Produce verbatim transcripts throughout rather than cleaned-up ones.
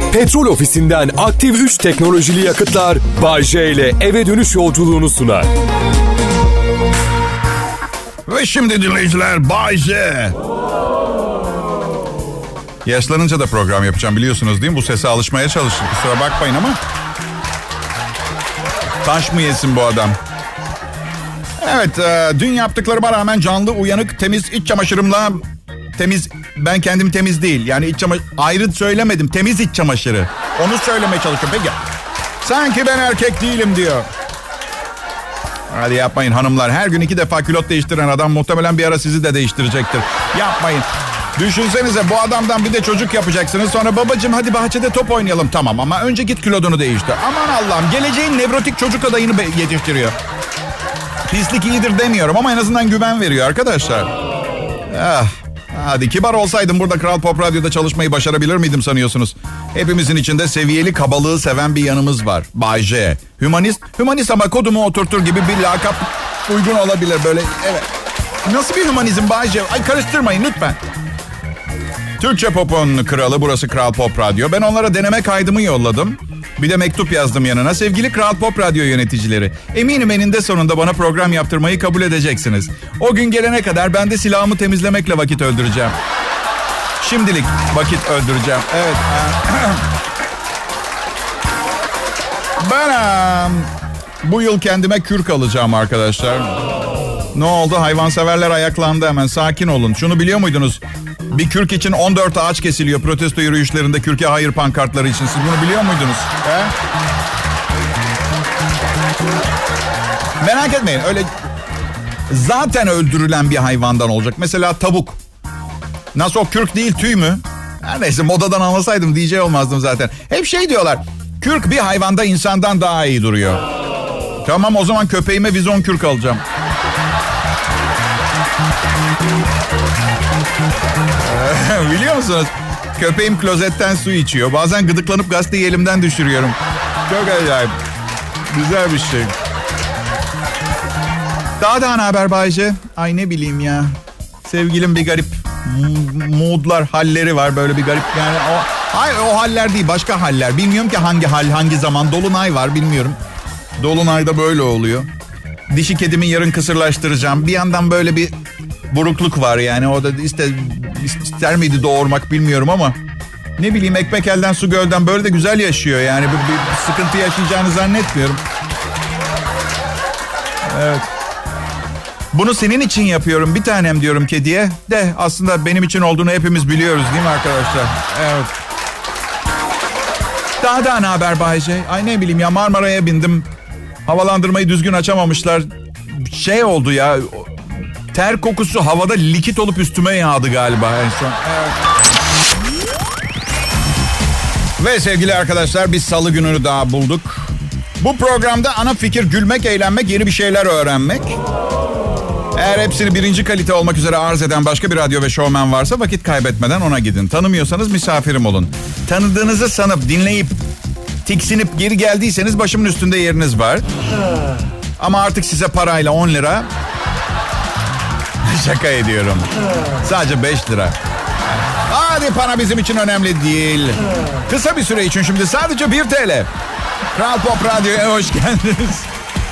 Petrol Ofisi'nden aktif üç teknolojili yakıtlar Bay J ile eve dönüş yolculuğunu sunar. Ve şimdi dinleyiciler, Bay J. Yaşlanınca da program yapacağım, biliyorsunuz değil mi? Bu sese alışmaya çalışın. Kusura bakmayın ama. Taş mı yesin bu adam? Evet, e, dün yaptıklarıma rağmen canlı, uyanık, temiz iç çamaşırımla... Temiz, ben kendim temiz değil. Yani iç çamaşırı, ayrı söylemedim. Temiz iç çamaşırı. Onu söylemeye çalışıyorum. Peki. Sanki ben erkek değilim diyor. Hadi yapmayın hanımlar. Her gün iki defa külot değiştiren adam muhtemelen bir ara sizi de değiştirecektir. Yapmayın. Düşünsenize, bu adamdan bir de çocuk yapacaksınız. Sonra babacığım hadi bahçede top oynayalım. Tamam ama önce git külodunu değiştir. Aman Allah'ım, geleceğin nevrotik çocuk adayını yetiştiriyor. Pislik iyidir demiyorum ama en azından güven veriyor arkadaşlar. Ah. Hadi kibar olsaydım burada Kral Pop Radyo'da çalışmayı başarabilir miydim sanıyorsunuz? Hepimizin içinde seviyeli kabalığı seven bir yanımız var. Bay J. Hümanist, hümanist ama kodumu oturtur gibi bir lakap uygun olabilir böyle. Evet. Nasıl bir hümanizm Bay J? Ay karıştırmayın lütfen. Türkçe Pop'un kralı, burası Kral Pop Radyo. Ben onlara deneme kaydımı yolladım. Bir de mektup yazdım yanına. Sevgili Kral Pop Radyo yöneticileri, eminim eninde sonunda bana program yaptırmayı kabul edeceksiniz. O gün gelene kadar ben de silahımı temizlemekle vakit öldüreceğim. Şimdilik vakit öldüreceğim. Evet. Ben bu yıl kendime kürk alacağım arkadaşlar. Ne oldu? Hayvanseverler ayaklandı hemen. Sakin olun. Şunu biliyor muydunuz? Bir kürk için on dört ağaç kesiliyor protesto yürüyüşlerinde, kürke hayır pankartları için. Siz bunu biliyor muydunuz? He? Merak etmeyin, öyle zaten öldürülen bir hayvandan olacak. Mesela tavuk. Nasıl, o kürk değil tüy mü? Her neyse, modadan anlasaydım D J olmazdım zaten. Hep şey diyorlar, kürk bir hayvanda insandan daha iyi duruyor. Tamam, o zaman köpeğime vizon kürk alacağım. Biliyor musunuz? Köpeğim klozetten su içiyor. Bazen gıdıklanıp gazeteyi elimden düşürüyorum. Çok acayip. Güzel bir şey. Daha da ne haber Bayce? Ay ne bileyim ya. Sevgilim bir garip moodlar, halleri var. Böyle bir garip yani. O, hayır o haller değil, başka haller. Bilmiyorum ki hangi hal, hangi zaman. Dolunay var bilmiyorum. Dolunayda böyle oluyor. Dişi kedimi yarın kısırlaştıracağım. Bir yandan böyle bir burukluk var yani. O da ister, ister miydi doğurmak bilmiyorum ama ne bileyim, ekmek elden su gölden, böyle de güzel yaşıyor yani. Bir, bir sıkıntı yaşayacağını zannetmiyorum. Evet. Bunu senin için yapıyorum bir tanem diyorum kediye. De aslında benim için olduğunu hepimiz biliyoruz değil mi arkadaşlar? Evet. Daha da ne haber Bayce? Ay ne bileyim ya, Marmara'ya bindim. Havalandırmayı düzgün açamamışlar. Şey oldu ya, ter kokusu havada likit olup üstüme yağdı galiba en son. Evet. Ve sevgili arkadaşlar, biz salı gününü daha bulduk. Bu programda ana fikir gülmek, eğlenmek, yeni bir şeyler öğrenmek. Eğer hepsini birinci kalite olmak üzere arz eden başka bir radyo ve şovmen varsa vakit kaybetmeden ona gidin. Tanımıyorsanız misafirim olun. Tanıdığınızı sanıp dinleyip tiksinip geri geldiyseniz başımın üstünde yeriniz var. Ama artık size parayla on lira. Şaka ediyorum. Sadece beş lira. Hadi, para bizim için önemli değil. Kısa bir süre için şimdi sadece bir TL. Kral Pop Radyo'ya hoş geldiniz.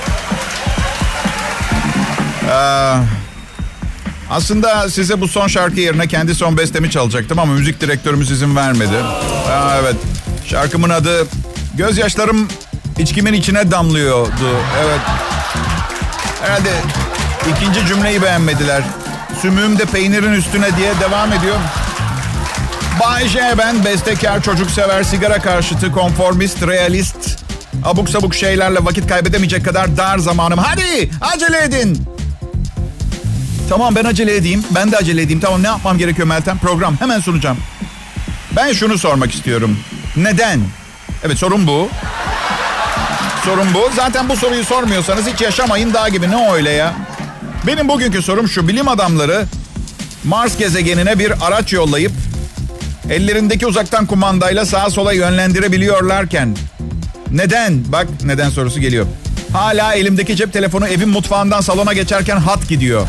Ee, aslında size bu son şarkı yerine kendi son bestemi çalacaktım ama müzik direktörümüz izin vermedi. Aa, evet. Şarkımın adı Gözyaşlarım içkimin içine damlıyordu. Evet. Herhalde ikinci cümleyi beğenmediler. Sümüğüm de peynirin üstüne diye devam ediyor. Bay J ben, bestekar, çocuksever, sigara karşıtı, konformist, realist, abuk sabuk şeylerle vakit kaybedemeyecek kadar dar zamanım. Hadi acele edin. Tamam, ben acele edeyim. Ben de acele edeyim. Tamam, ne yapmam gerekiyor Meltem? Program hemen sunacağım. Ben şunu sormak istiyorum. Neden? Evet, sorun bu. Sorun bu. Zaten bu soruyu sormuyorsanız hiç yaşamayın dağ gibi. Ne öyle ya? Benim bugünkü sorum şu. Bilim adamları Mars gezegenine bir araç yollayıp ellerindeki uzaktan kumandayla sağa sola yönlendirebiliyorlarken neden? Bak, neden sorusu geliyor. Hala elimdeki cep telefonu evin mutfağından salona geçerken hat gidiyor.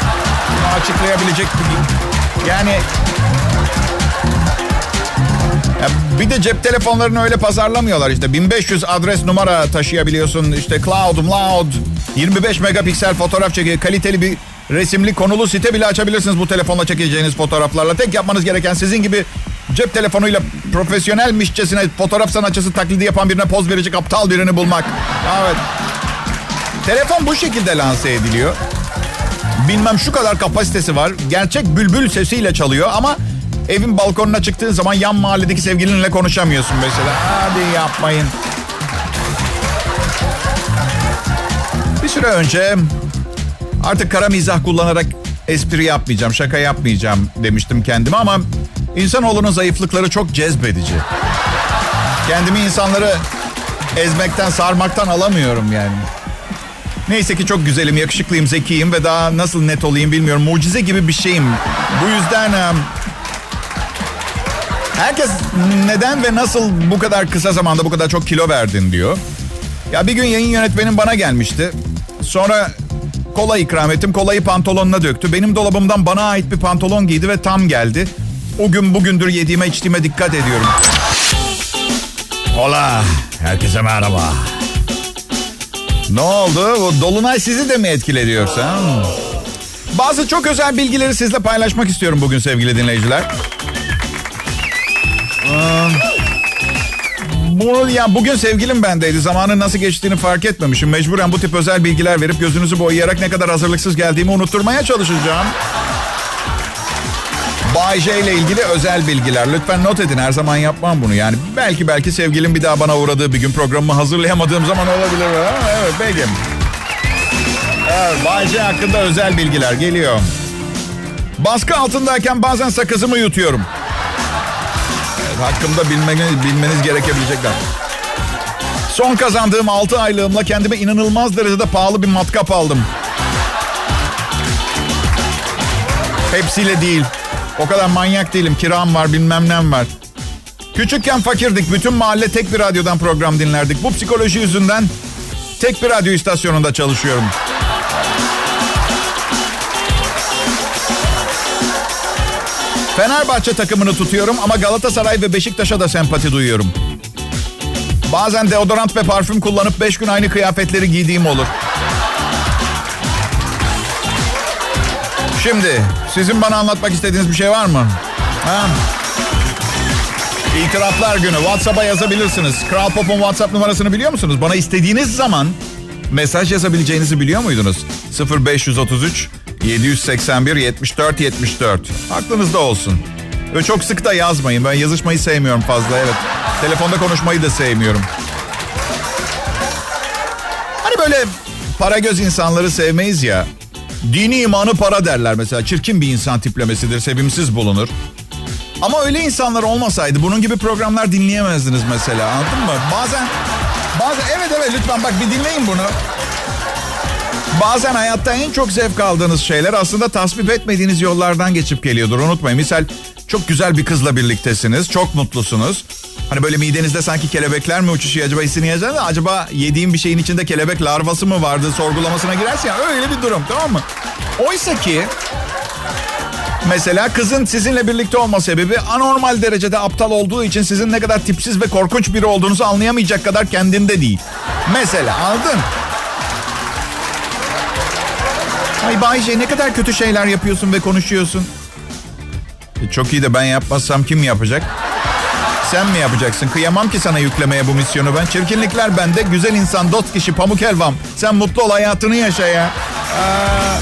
Bunu açıklayabilecek bir... Yani Ya bir de cep telefonlarını öyle pazarlamıyorlar işte. bin beş yüz adres numara taşıyabiliyorsun. İşte cloud, cloud, yirmi beş megapiksel fotoğraf çekiyor. Kaliteli bir resimli konulu site bile açabilirsiniz bu telefonla çekeceğiniz fotoğraflarla. Tek yapmanız gereken sizin gibi cep telefonuyla profesyonelmişçesine fotoğraf sanatçısı taklidi yapan birine poz verecek aptal birini bulmak. Evet. Telefon bu şekilde lanse ediliyor. Bilmem şu kadar kapasitesi var. Gerçek bülbül sesiyle çalıyor ama evin balkonuna çıktığın zaman yan mahalledeki sevgilinle konuşamıyorsun mesela. Hadi yapmayın. Bir süre önce artık kara mizah kullanarak espri yapmayacağım, şaka yapmayacağım demiştim kendime ama insanoğlunun zayıflıkları çok cezbedici. Kendimi insanları ezmekten, sarmaktan alamıyorum yani. Neyse ki çok güzelim, yakışıklıyım, zekiyim ve daha nasıl net olayım bilmiyorum. Mucize gibi bir şeyim. Bu yüzden herkes neden ve nasıl bu kadar kısa zamanda bu kadar çok kilo verdin diyor. Ya bir gün yayın yönetmenim bana gelmişti. Sonra kola ikram ettim. Kolayı pantolonuna döktü. Benim dolabımdan bana ait bir pantolon giydi ve tam geldi. O gün bugündür yediğime içtiğime dikkat ediyorum. Hola. Herkese merhaba. Ne oldu? Bu dolunay sizi de mi etkiledi yoksa? Bazı çok özel bilgileri sizle paylaşmak istiyorum bugün sevgili dinleyiciler. Bu, ya bugün sevgilim bendeydi. Zamanın nasıl geçtiğini fark etmemişim. Mecburen bu tip özel bilgiler verip gözünüzü boyayarak ne kadar hazırlıksız geldiğimi unutturmaya çalışacağım. Bay J ile ilgili özel bilgiler. Lütfen not edin. Her zaman yapmam bunu. Yani belki belki sevgilim bir daha bana uğradığı bir gün programımı hazırlayamadığım zaman olabilir. Ha, evet belki. Evet, Bay J hakkında özel bilgiler geliyor. Baskı altındayken bazen sakızımı yutuyorum. Evet, hakkımda bilmeniz, bilmeniz gerekebilecekler. Son kazandığım altı aylığımla kendime inanılmaz derecede pahalı bir matkap aldım. Hepsiyle değil. O kadar manyak değilim. Kiram var, bilmem nem var. Küçükken fakirdik. Bütün mahalle tek bir radyodan program dinlerdik. Bu psikoloji yüzünden tek bir radyo istasyonunda çalışıyorum. Fenerbahçe takımını tutuyorum ama Galatasaray ve Beşiktaş'a da sempati duyuyorum. Bazen deodorant ve parfüm kullanıp beş gün aynı kıyafetleri giydiğim olur. Şimdi sizin bana anlatmak istediğiniz bir şey var mı? Ha? İtiraflar günü. WhatsApp'a yazabilirsiniz. Kral Pop'un WhatsApp numarasını biliyor musunuz? Bana istediğiniz zaman mesaj yazabileceğinizi biliyor muydunuz? sıfır beş otuz üç yedi seksen bir yetmiş dört yetmiş dört. Aklınızda olsun. Ve çok sık da yazmayın. Ben yazışmayı sevmiyorum fazla. Evet. Telefonda konuşmayı da sevmiyorum. Hani böyle para göz insanları sevmeyiz ya. Dini imanı para derler mesela. Çirkin bir insan tiplemesidir. Sevimsiz bulunur. Ama öyle insanlar olmasaydı bunun gibi programlar dinleyemezdiniz mesela. Anladın mı? Bazen, bazen evet evet lütfen bak bir dinleyin bunu. Bazen hayatta en çok zevk aldığınız şeyler aslında tasvip etmediğiniz yollardan geçip geliyordur. Unutmayın. Misal çok güzel bir kızla birliktesiniz. Çok mutlusunuz. Hani böyle midenizde sanki kelebekler mi uçuşuyor acaba hissini yaşadın? Acaba yediğim bir şeyin içinde kelebek larvası mı vardı sorgulamasına girersin ya. Öyle bir durum, tamam mı? Oysa ki mesela kızın sizinle birlikte olma sebebi anormal derecede aptal olduğu için sizin ne kadar tipsiz ve korkunç biri olduğunuzu anlayamayacak kadar kendinde değil. Mesela anladın? Ay Bayce ne kadar kötü şeyler yapıyorsun ve konuşuyorsun. E çok iyi de ben yapmazsam kim yapacak? Sen mi yapacaksın? Kıyamam ki sana yüklemeye bu misyonu ben. Çirkinlikler bende, güzel insan, dost kişi, pamuk helvam. Sen mutlu ol, hayatını yaşa ya. Aa...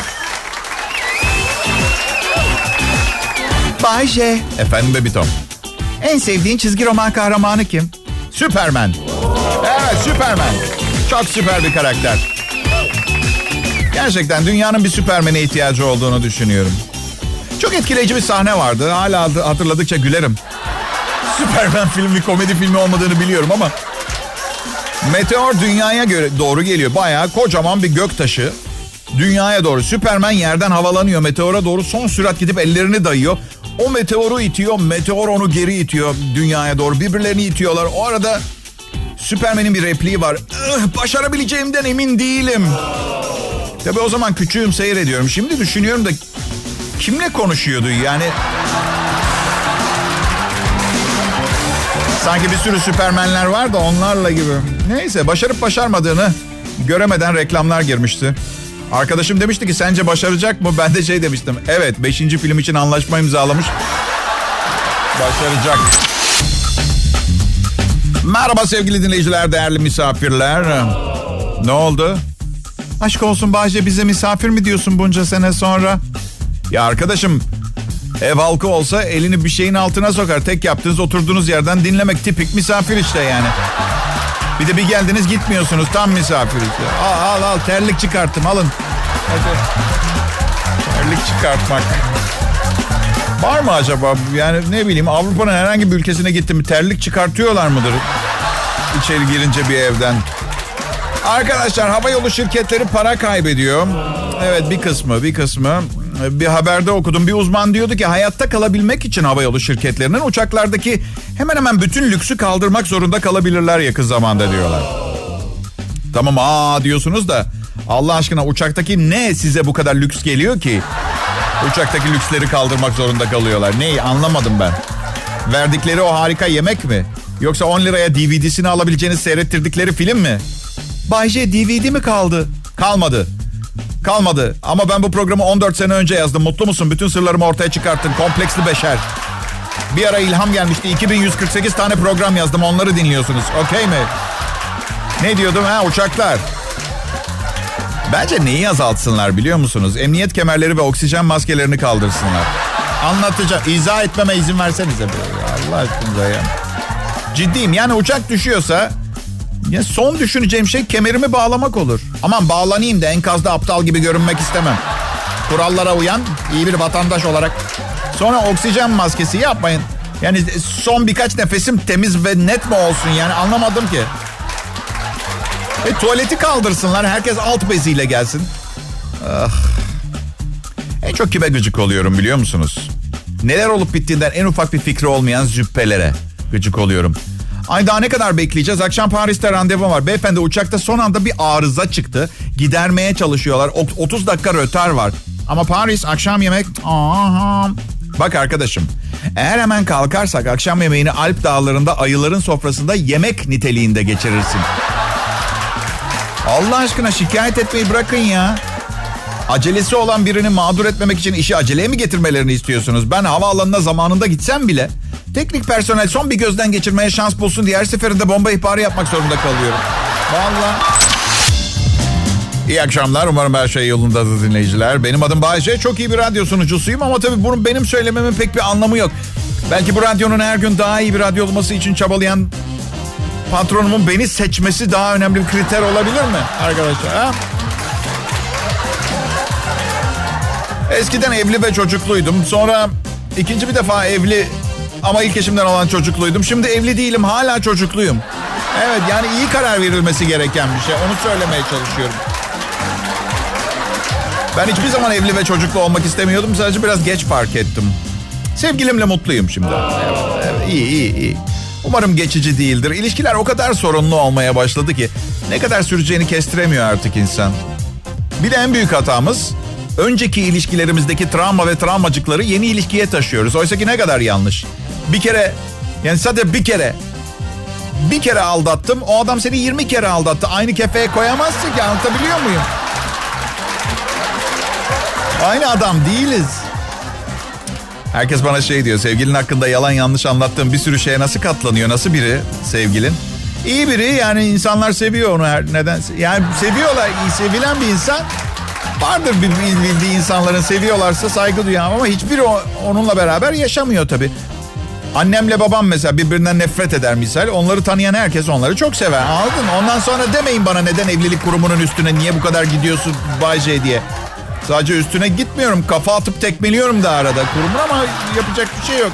Bayce. Efendim bebitom. En sevdiğin çizgi roman kahramanı kim? Süperman. Evet, Süperman. Çok süper bir karakter. Gerçekten dünyanın bir Süperman'e ihtiyacı olduğunu düşünüyorum. Çok etkileyici bir sahne vardı. Hala hatırladıkça gülerim. Süperman filmi, komedi filmi olmadığını biliyorum ama meteor dünyaya göre doğru geliyor. Bayağı kocaman bir göktaşı dünyaya doğru. Süperman yerden havalanıyor. Meteora doğru son sürat gidip ellerini dayıyor. O meteoru itiyor. Meteor onu geri itiyor dünyaya doğru. Birbirlerini itiyorlar. O arada Süperman'in bir repliği var. Başarabileceğimden emin değilim. Tabii o zaman küçüğüm, seyrediyorum. Şimdi düşünüyorum da kimle konuşuyordu yani? Sanki bir sürü süpermenler var da onlarla gibi. Neyse, başarıp başarmadığını göremeden reklamlar girmişti. Arkadaşım demişti ki sence başaracak mı? Ben de şey demiştim. Evet, beşinci film için anlaşma imzalamış. Başaracak. Merhaba sevgili dinleyiciler, değerli misafirler. Ne oldu? Aşk olsun Bahçe, bize misafir mi diyorsun bunca sene sonra? Ya arkadaşım, ev halkı olsa elini bir şeyin altına sokar. Tek yaptığınız oturduğunuz yerden dinlemek, tipik misafir işte yani. Bir de bir geldiniz gitmiyorsunuz, tam misafir işte. Al al al, terlik çıkarttım, alın. Hadi. Terlik çıkartmak. Var mı acaba? Yani ne bileyim, Avrupa'nın herhangi bir ülkesine gittim mi terlik çıkartıyorlar mıdır? İçeri girince bir evden. Arkadaşlar, havayolu şirketleri para kaybediyor. Evet, bir kısmı bir kısmı. Bir haberde okudum, bir uzman diyordu ki hayatta kalabilmek için havayolu şirketlerinin uçaklardaki hemen hemen bütün lüksü kaldırmak zorunda kalabilirler yakın zamanda diyorlar. Tamam aa diyorsunuz da Allah aşkına, uçaktaki ne size bu kadar lüks geliyor ki? Uçaktaki lüksleri kaldırmak zorunda kalıyorlar. Neyi anlamadım ben. Verdikleri o harika yemek mi? Yoksa on liraya D V D'sini alabileceğiniz seyrettirdikleri film mi? Bayce, D V D mi kaldı? Kalmadı. Kalmadı. Ama ben bu programı on dört sene önce yazdım. Mutlu musun? Bütün sırlarımı ortaya çıkarttın. Kompleksli beşer. Bir ara ilham gelmişti. iki bin yüz kırk sekiz tane program yazdım. Onları dinliyorsunuz. Okey mi? Ne diyordum? Ha, uçaklar. Bence neyi azaltsınlar biliyor musunuz? Emniyet kemerleri ve oksijen maskelerini kaldırsınlar. Anlatacağım. İzah etmeme izin versenize. Allah aşkına ya. Ciddiyim. Yani uçak düşüyorsa ya son düşüneceğim şey kemerimi bağlamak olur. Aman bağlanayım da enkazda aptal gibi görünmek istemem. Kurallara uyan iyi bir vatandaş olarak. Sonra oksijen maskesi yapmayın. Yani son birkaç nefesim temiz ve net mi olsun yani, anlamadım ki. E, tuvaleti kaldırsınlar, herkes alt beziyle gelsin. Ah. En çok kime gıcık oluyorum biliyor musunuz? Neler olup bittiğinden en ufak bir fikri olmayan züppelere gıcık oluyorum. Ay daha ne kadar bekleyeceğiz? Akşam Paris'te randevum var. Beyefendi, uçakta son anda bir arıza çıktı. Gidermeye çalışıyorlar. otuz dakika rötar var. Ama Paris akşam yemek... Aha. Bak arkadaşım, eğer hemen kalkarsak akşam yemeğini Alp dağlarında ayıların sofrasında yemek niteliğinde geçirirsin. Allah aşkına şikayet etmeyi bırakın ya. Acelesi olan birini mağdur etmemek için işi aceleye mi getirmelerini istiyorsunuz? Ben havaalanına zamanında gitsem bile teknik personel son bir gözden geçirmeye şans bulsun diye her seferinde bomba ihbarı yapmak zorunda kalıyorum. Vallahi. İyi akşamlar. Umarım her şey yolundadır dinleyiciler. Benim adım Bayce. Çok iyi bir radyo sunucusuyum ama tabii bunun benim söylememin pek bir anlamı yok. Belki bu radyonun her gün daha iyi bir radyo olması için çabalayan patronumun beni seçmesi daha önemli bir kriter olabilir mi arkadaşlar? Ha? Eskiden evli ve çocukluydum. Sonra ikinci bir defa evli ama ilk eşimden olan çocukluydum. Şimdi evli değilim, hala çocukluyum. Evet, yani iyi karar verilmesi gereken bir şey. Onu söylemeye çalışıyorum. Ben hiçbir zaman evli ve çocuklu olmak istemiyordum. Sadece biraz geç fark ettim. Sevgilimle mutluyum şimdi. Evet, evet, iyi iyi iyi. Umarım geçici değildir. İlişkiler o kadar sorunlu olmaya başladı ki ne kadar süreceğini kestiremiyor artık insan. Bir de en büyük hatamız, önceki ilişkilerimizdeki travma ve travmacıkları yeni ilişkiye taşıyoruz. Oysa ki ne kadar yanlış. Bir kere, yani sadece bir kere, bir kere aldattım. O adam seni yirmi kere aldattı. Aynı kefeye koyamazsın ki, anlatabiliyor muyum? Aynı adam değiliz. Herkes bana şey diyor, sevgilin hakkında yalan yanlış anlattığım bir sürü şeye nasıl katlanıyor? Nasıl biri sevgilin? İyi biri, yani insanlar seviyor onu her nedense. Yani seviyorlar, iyi sevilen bir insan. Vardır bildiği insanların, seviyorlarsa saygı duyan, ama hiçbiri onunla beraber yaşamıyor tabii. Annemle babam mesela birbirinden nefret eder misal. Onları tanıyan herkes onları çok sever. Anladın? Ondan sonra demeyin bana neden evlilik kurumunun üstüne niye bu kadar gidiyorsun Bay J diye. Sadece üstüne gitmiyorum. Kafa atıp tekmeliyorum da arada kurumun, ama yapacak bir şey yok.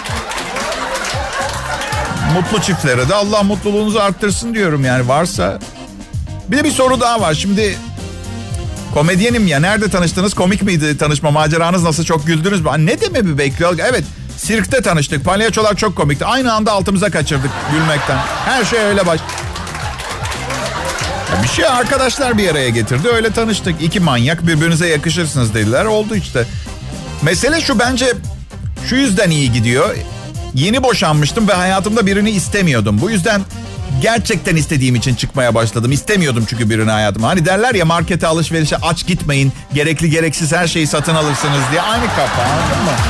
Mutlu çiftlere de Allah mutluluğunuzu arttırsın diyorum yani, varsa. Bir de bir soru daha var. Şimdi komedyenim ya, nerede tanıştınız? Komik miydi tanışma maceranız, nasıl, çok güldünüz mü? Ne dememi bekliyor? Evet, sirkte tanıştık. Palyaçolar çok komikti. Aynı anda altımıza kaçırdık gülmekten. Her şey öyle baş... Ya bir şey arkadaşlar bir araya getirdi, öyle tanıştık. İki manyak birbirinize yakışırsınız dediler, oldu işte. Mesele şu, bence şu yüzden iyi gidiyor. Yeni boşanmıştım ve hayatımda birini istemiyordum. Bu yüzden gerçekten istediğim için çıkmaya başladım. İstemiyordum çünkü birini hayatıma. Hani derler ya, markete, alışverişe aç gitmeyin. Gerekli gereksiz her şeyi satın alırsınız diye. Aynı kafa, anladın mı?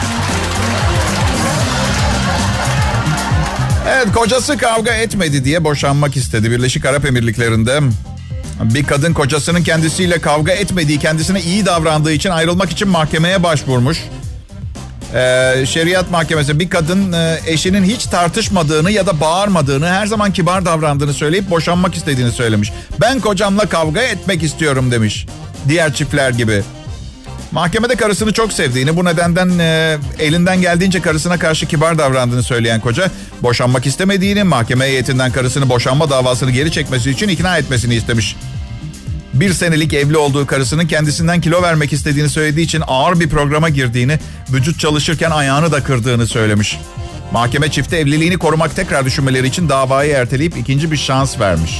Evet, kocası kavga etmedi diye boşanmak istedi. Birleşik Arap Emirlikleri'nde bir kadın kocasının kendisiyle kavga etmediği, kendisine iyi davrandığı için ayrılmak için mahkemeye başvurmuş. Ee, şeriat mahkemesi bir kadın e, eşinin hiç tartışmadığını ya da bağırmadığını, her zaman kibar davrandığını söyleyip boşanmak istediğini söylemiş. Ben kocamla kavga etmek istiyorum demiş. Diğer çiftler gibi. Mahkemede karısını çok sevdiğini, bu nedenden e, elinden geldiğince karısına karşı kibar davrandığını söyleyen koca, boşanmak istemediğini, mahkeme heyetinden karısını boşanma davasını geri çekmesi için ikna etmesini istemiş. Bir senelik evli olduğu karısının kendisinden kilo vermek istediğini söylediği için ağır bir programa girdiğini, vücut çalışırken ayağını da kırdığını söylemiş. Mahkeme çifte evliliğini korumak, tekrar düşünmeleri için davayı erteleyip ikinci bir şans vermiş.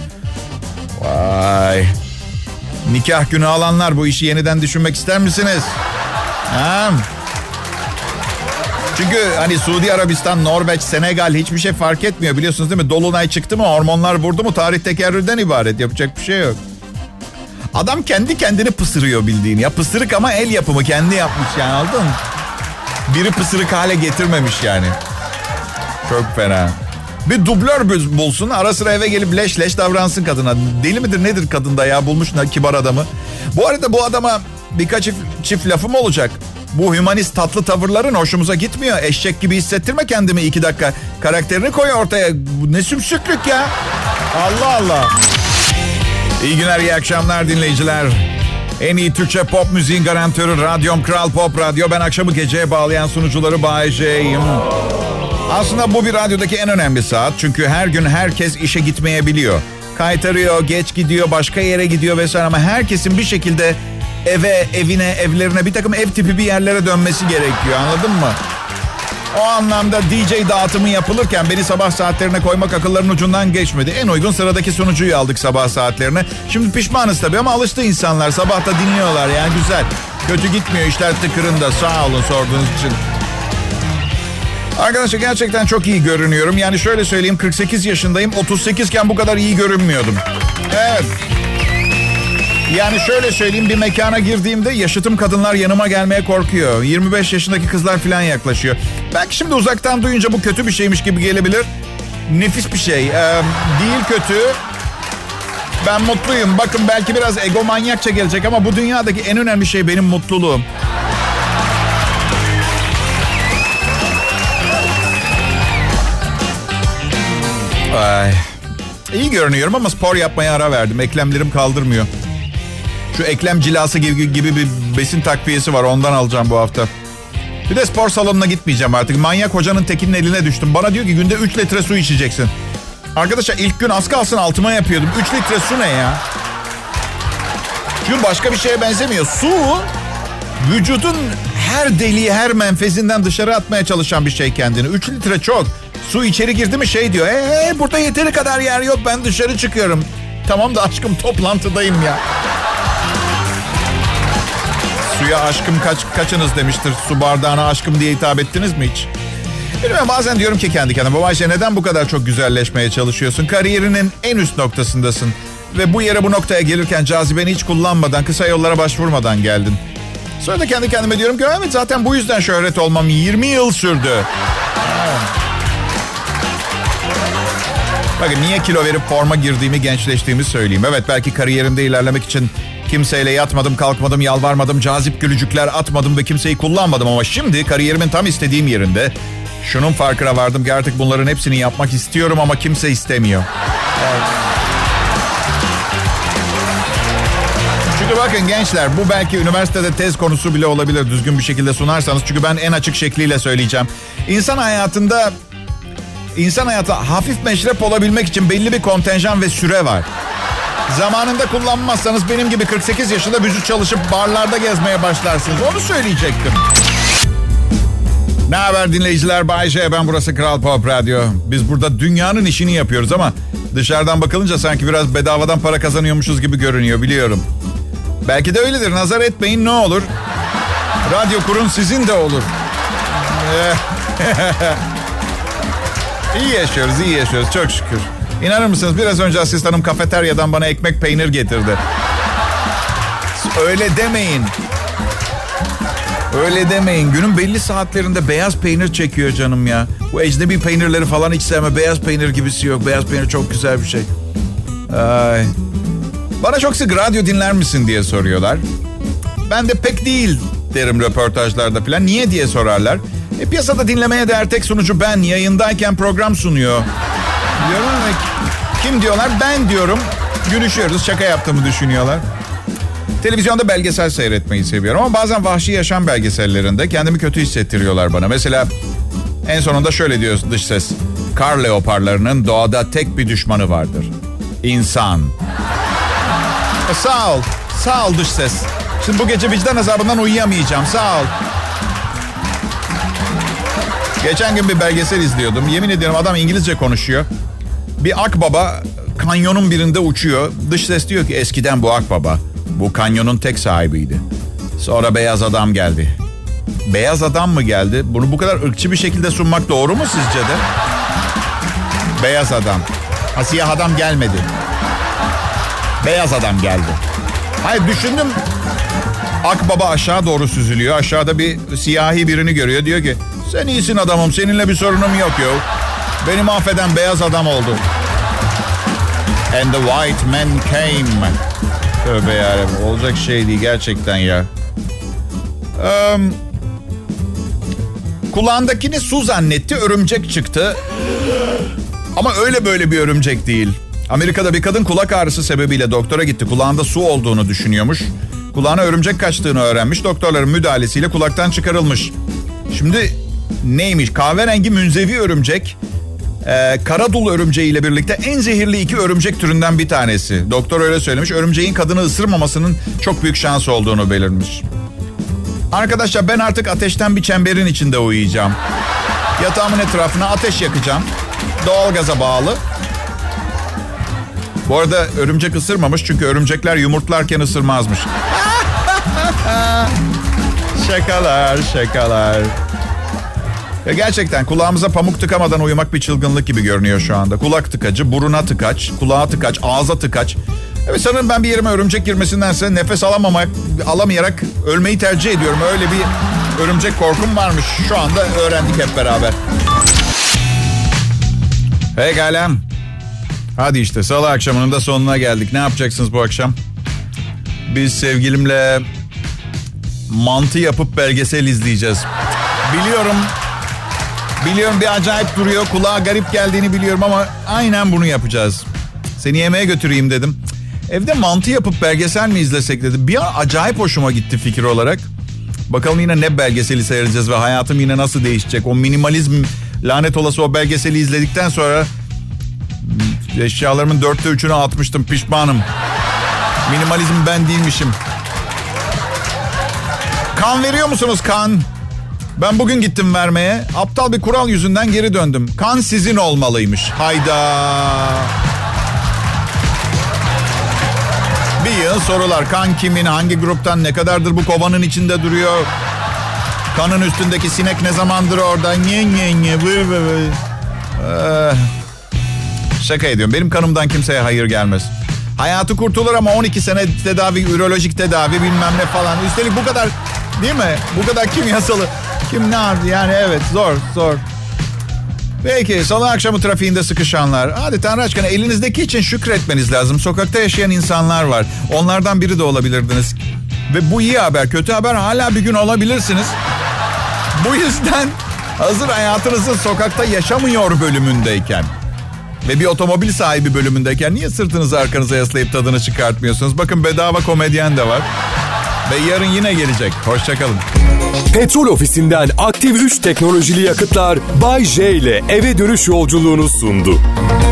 Vay. Nikah günü alanlar, bu işi yeniden düşünmek ister misiniz? Ha? Çünkü hani Suudi Arabistan, Norveç, Senegal hiçbir şey fark etmiyor, biliyorsunuz değil mi? Dolunay çıktı mı, hormonlar vurdu mu, tarih tekerrürden ibaret, yapacak bir şey yok. Adam kendi kendini pısırıyor bildiğin ya. Pısırık ama el yapımı, kendi yapmış yani, anladın mı? Biri pısırık hale getirmemiş yani. Çok fena. Bir dublör bulsun, ara sıra eve gelip leş leş davransın kadına. Deli midir nedir kadında ya, bulmuş kibar adamı. Bu arada bu adama birkaç çift, çift lafım olacak. Bu hümanist tatlı tavırların hoşumuza gitmiyor. Eşek gibi hissettirme kendimi iki dakika. Karakterini koy ortaya. Bu ne sümsüklük ya. Allah Allah. İyi günler, iyi akşamlar dinleyiciler. En iyi Türkçe pop müziğin garantörü Radyom Kral Pop Radyo. Ben akşamı geceye bağlayan sunucuları Bay J'yim. Aslında bu bir radyodaki en önemli saat. Çünkü her gün herkes işe gitmeyebiliyor. Kaytarıyor, geç gidiyor, başka yere gidiyor vesaire. Ama herkesin bir şekilde eve, evine, evlerine, bir takım ev tipi bir yerlere dönmesi gerekiyor. Anladın mı? O anlamda D J dağıtımı yapılırken beni sabah saatlerine koymak akılların ucundan geçmedi. En uygun sıradaki sunucuyu aldık sabah saatlerine. Şimdi pişmanız tabii ama alıştı insanlar. Sabah da dinliyorlar yani, güzel. Kötü gitmiyor işler, tıkırında. Sağ olun sorduğunuz için. Arkadaşlar gerçekten çok iyi görünüyorum. Yani şöyle söyleyeyim, kırk sekiz yaşındayım. otuz sekiz iken bu kadar iyi görünmüyordum. Evet. Yani şöyle söyleyeyim, bir mekana girdiğimde yaşıtım kadınlar yanıma gelmeye korkuyor. yirmi beş yaşındaki kızlar falan yaklaşıyor. Belki şimdi uzaktan duyunca bu kötü bir şeymiş gibi gelebilir. Nefis bir şey. Ee, değil kötü. Ben mutluyum. Bakın belki biraz egomanyakça gelecek ama bu dünyadaki en önemli şey benim mutluluğum. Ay. İyi görünüyorum ama spor yapmaya ara verdim. Eklemlerim kaldırmıyor. Şu eklem cilası gibi, gibi bir besin takviyesi var. Ondan alacağım bu hafta. Bir de spor salonuna gitmeyeceğim artık. Manyak hocanın tekinin eline düştüm. Bana diyor ki günde üç litre su içeceksin. Arkadaşlar ilk gün az kalsın altıma yapıyordum. üç litre su ne ya? Çünkü başka bir şeye benzemiyor. Su vücudun her deliği, her menfezinden dışarı atmaya çalışan bir şey kendini. üç litre çok. Su içeri girdi mi şey diyor. Eee burada yeteri kadar yer yok, ben dışarı çıkıyorum. Tamam da aşkım toplantıdayım ya. Suya aşkım kaç, kaçınız demiştir. Su bardağına aşkım diye hitap ettiniz mi hiç? Bilmiyorum, bazen diyorum ki kendi kendime, Bayşe neden bu kadar çok güzelleşmeye çalışıyorsun? Kariyerinin en üst noktasındasın. Ve bu yere, bu noktaya gelirken cazibeni hiç kullanmadan, kısa yollara başvurmadan geldin. Sonra da kendi kendime diyorum ki evet, zaten bu yüzden şöhret olmam yirmi yıl sürdü. Bakın niye kilo verip forma girdiğimi, gençleştiğimi söyleyeyim. Evet, belki kariyerimde ilerlemek için kimseyle yatmadım, kalkmadım, yalvarmadım, cazip gülücükler atmadım ve kimseyi kullanmadım. Ama şimdi kariyerimin tam istediğim yerinde şunun farkına vardım ki artık bunların hepsini yapmak istiyorum ama kimse istemiyor. Evet. Çünkü bakın gençler, bu belki üniversitede tez konusu bile olabilir düzgün bir şekilde sunarsanız. Çünkü ben en açık şekliyle söyleyeceğim. İnsan hayatında... İnsan hayatı hafif meşrep olabilmek için belli bir kontenjan ve süre var. Zamanında kullanmazsanız benim gibi kırk sekiz yaşında vücut çalışıp barlarda gezmeye başlarsınız. Onu söyleyecektim. Ne haber dinleyiciler? Bay J, ben, burası Kral Pop Radyo. Biz burada dünyanın işini yapıyoruz ama dışarıdan bakılınca sanki biraz bedavadan para kazanıyormuşuz gibi görünüyor, biliyorum. Belki de öyledir, nazar etmeyin, ne olur. Radyo kurun, sizin de olur. Eh. İyi yaşıyoruz, iyi yaşıyoruz. Çok şükür. İnanır mısınız? Biraz önce asistanım kafeteryadan bana ekmek peynir getirdi. Öyle demeyin. Öyle demeyin. Günün belli saatlerinde beyaz peynir çekiyor canım ya. Bu ecnebi peynirleri falan hiç sevmem. Beyaz peynir gibisi yok. Beyaz peynir çok güzel bir şey. Ay. Bana çok sık radyo dinler misin diye soruyorlar. Ben de pek değil derim röportajlarda falan. Niye diye sorarlar. E, piyasada dinlemeye değer tek sunucu ben. Yayındayken program sunuyor. Diyorum ve kim diyorlar? Ben diyorum. Gülüşüyoruz. Şaka yaptığımı düşünüyorlar. Televizyonda belgesel seyretmeyi seviyorum ama bazen vahşi yaşam belgesellerinde kendimi kötü hissettiriyorlar bana. Mesela en sonunda şöyle diyor dış ses. Kar leoparlarının doğada tek bir düşmanı vardır. İnsan. E, sağ ol. Sağ ol dış ses. Şimdi bu gece vicdan azabından uyuyamayacağım. Sağ ol. Geçen gün bir belgesel izliyordum. Yemin ediyorum adam İngilizce konuşuyor. Bir akbaba kanyonun birinde uçuyor. Dış ses diyor ki eskiden bu akbaba bu kanyonun tek sahibiydi. Sonra beyaz adam geldi. Beyaz adam mı geldi? Bunu bu kadar ırkçı bir şekilde sunmak doğru mu sizce de? Beyaz adam. Ha, siyah adam gelmedi. Beyaz adam geldi. Hayır düşündüm. Akbaba aşağı doğru süzülüyor. Aşağıda bir siyahi birini görüyor. Diyor ki sen iyisin adamım. Seninle bir sorunum yok yo. Beni mahveden beyaz adam oldu. And the white man came. Tövbe yarabbim. Olacak şey değil gerçekten ya. Um, kulağındakini su zannetti. Örümcek çıktı. Ama öyle böyle bir örümcek değil. Amerika'da bir kadın kulak ağrısı sebebiyle doktora gitti. Kulağında su olduğunu düşünüyormuş. Kulağına örümcek kaçtığını öğrenmiş. Doktorların müdahalesiyle kulaktan çıkarılmış. Şimdi neymiş? Kahverengi münzevi örümcek. Ee, Karadul örümceği ile birlikte en zehirli iki örümcek türünden bir tanesi. Doktor öyle söylemiş. Örümceğin kadını ısırmamasının çok büyük şans olduğunu belirtmiş. Arkadaşlar ben artık ateşten bir çemberin içinde uyuyacağım. Yatağımın etrafına ateş yakacağım. Doğalgaza bağlı. Bu arada örümcek ısırmamış çünkü örümcekler yumurtlarken ısırmazmış. Şakalar, şakalar. Ya gerçekten kulağımıza pamuk tıkamadan uyumak bir çılgınlık gibi görünüyor şu anda. Kulak tıkacı, buruna tıkaç, kulağa tıkaç, ağza tıkaç. Evet sanırım ben bir yerime örümcek girmesindense nefes alamamak, alamayarak ölmeyi tercih ediyorum. Öyle bir örümcek korkum varmış. Şu anda öğrendik hep beraber. Pekala. Hadi işte salı akşamının da sonuna geldik. Ne yapacaksınız bu akşam? Biz sevgilimle mantı yapıp belgesel izleyeceğiz. Biliyorum. Biliyorum bir acayip duruyor. Kulağa garip geldiğini biliyorum ama aynen bunu yapacağız. Seni yemeğe götüreyim dedim. Evde mantı yapıp belgesel mi izlesek dedim. Bir an acayip hoşuma gitti fikir olarak. Bakalım yine ne belgeseli seyredeceğiz ve hayatım yine nasıl değişecek. O minimalizm lanet olası o belgeseli izledikten sonra eşyalarımın dörtte üçünü atmıştım, pişmanım. Minimalizm ben değilmişim. Kan veriyor musunuz kan? Ben bugün gittim vermeye. Aptal bir kural yüzünden geri döndüm. Kan sizin olmalıymış. Hayda. Bir yığın sorular. Kan kimin, hangi gruptan, ne kadardır bu kovanın içinde duruyor? Kanın üstündeki sinek ne zamandır orada? Nye nye nye. Vır vır vır. Ee, şaka ediyorum. Benim kanımdan kimseye hayır gelmez. Hayatı kurtulur ama on iki sene tedavi, ürolojik tedavi bilmem ne falan. Üstelik bu kadar değil mi? Bu kadar kimyasalı. Kim ne yaptı? Yani evet zor zor. Peki salı akşamı trafiğinde sıkışanlar. Hadi Tanrı aşkına elinizdeki için şükretmeniz lazım. Sokakta yaşayan insanlar var. Onlardan biri de olabilirdiniz. Ve bu iyi haber. Kötü haber hala bir gün olabilirsiniz. Bu yüzden hazır hayatınızın sokakta yaşamıyor bölümündeyken ve bir otomobil sahibi bölümündeyken niye sırtınızı arkanıza yaslayıp tadını çıkartmıyorsunuz? Bakın bedava komedyen de var. Ve yarın yine gelecek. Hoşçakalın. Petrol Ofisi'nden aktif üç teknolojili yakıtlar Bay J ile eve dönüş yolculuğunu sundu.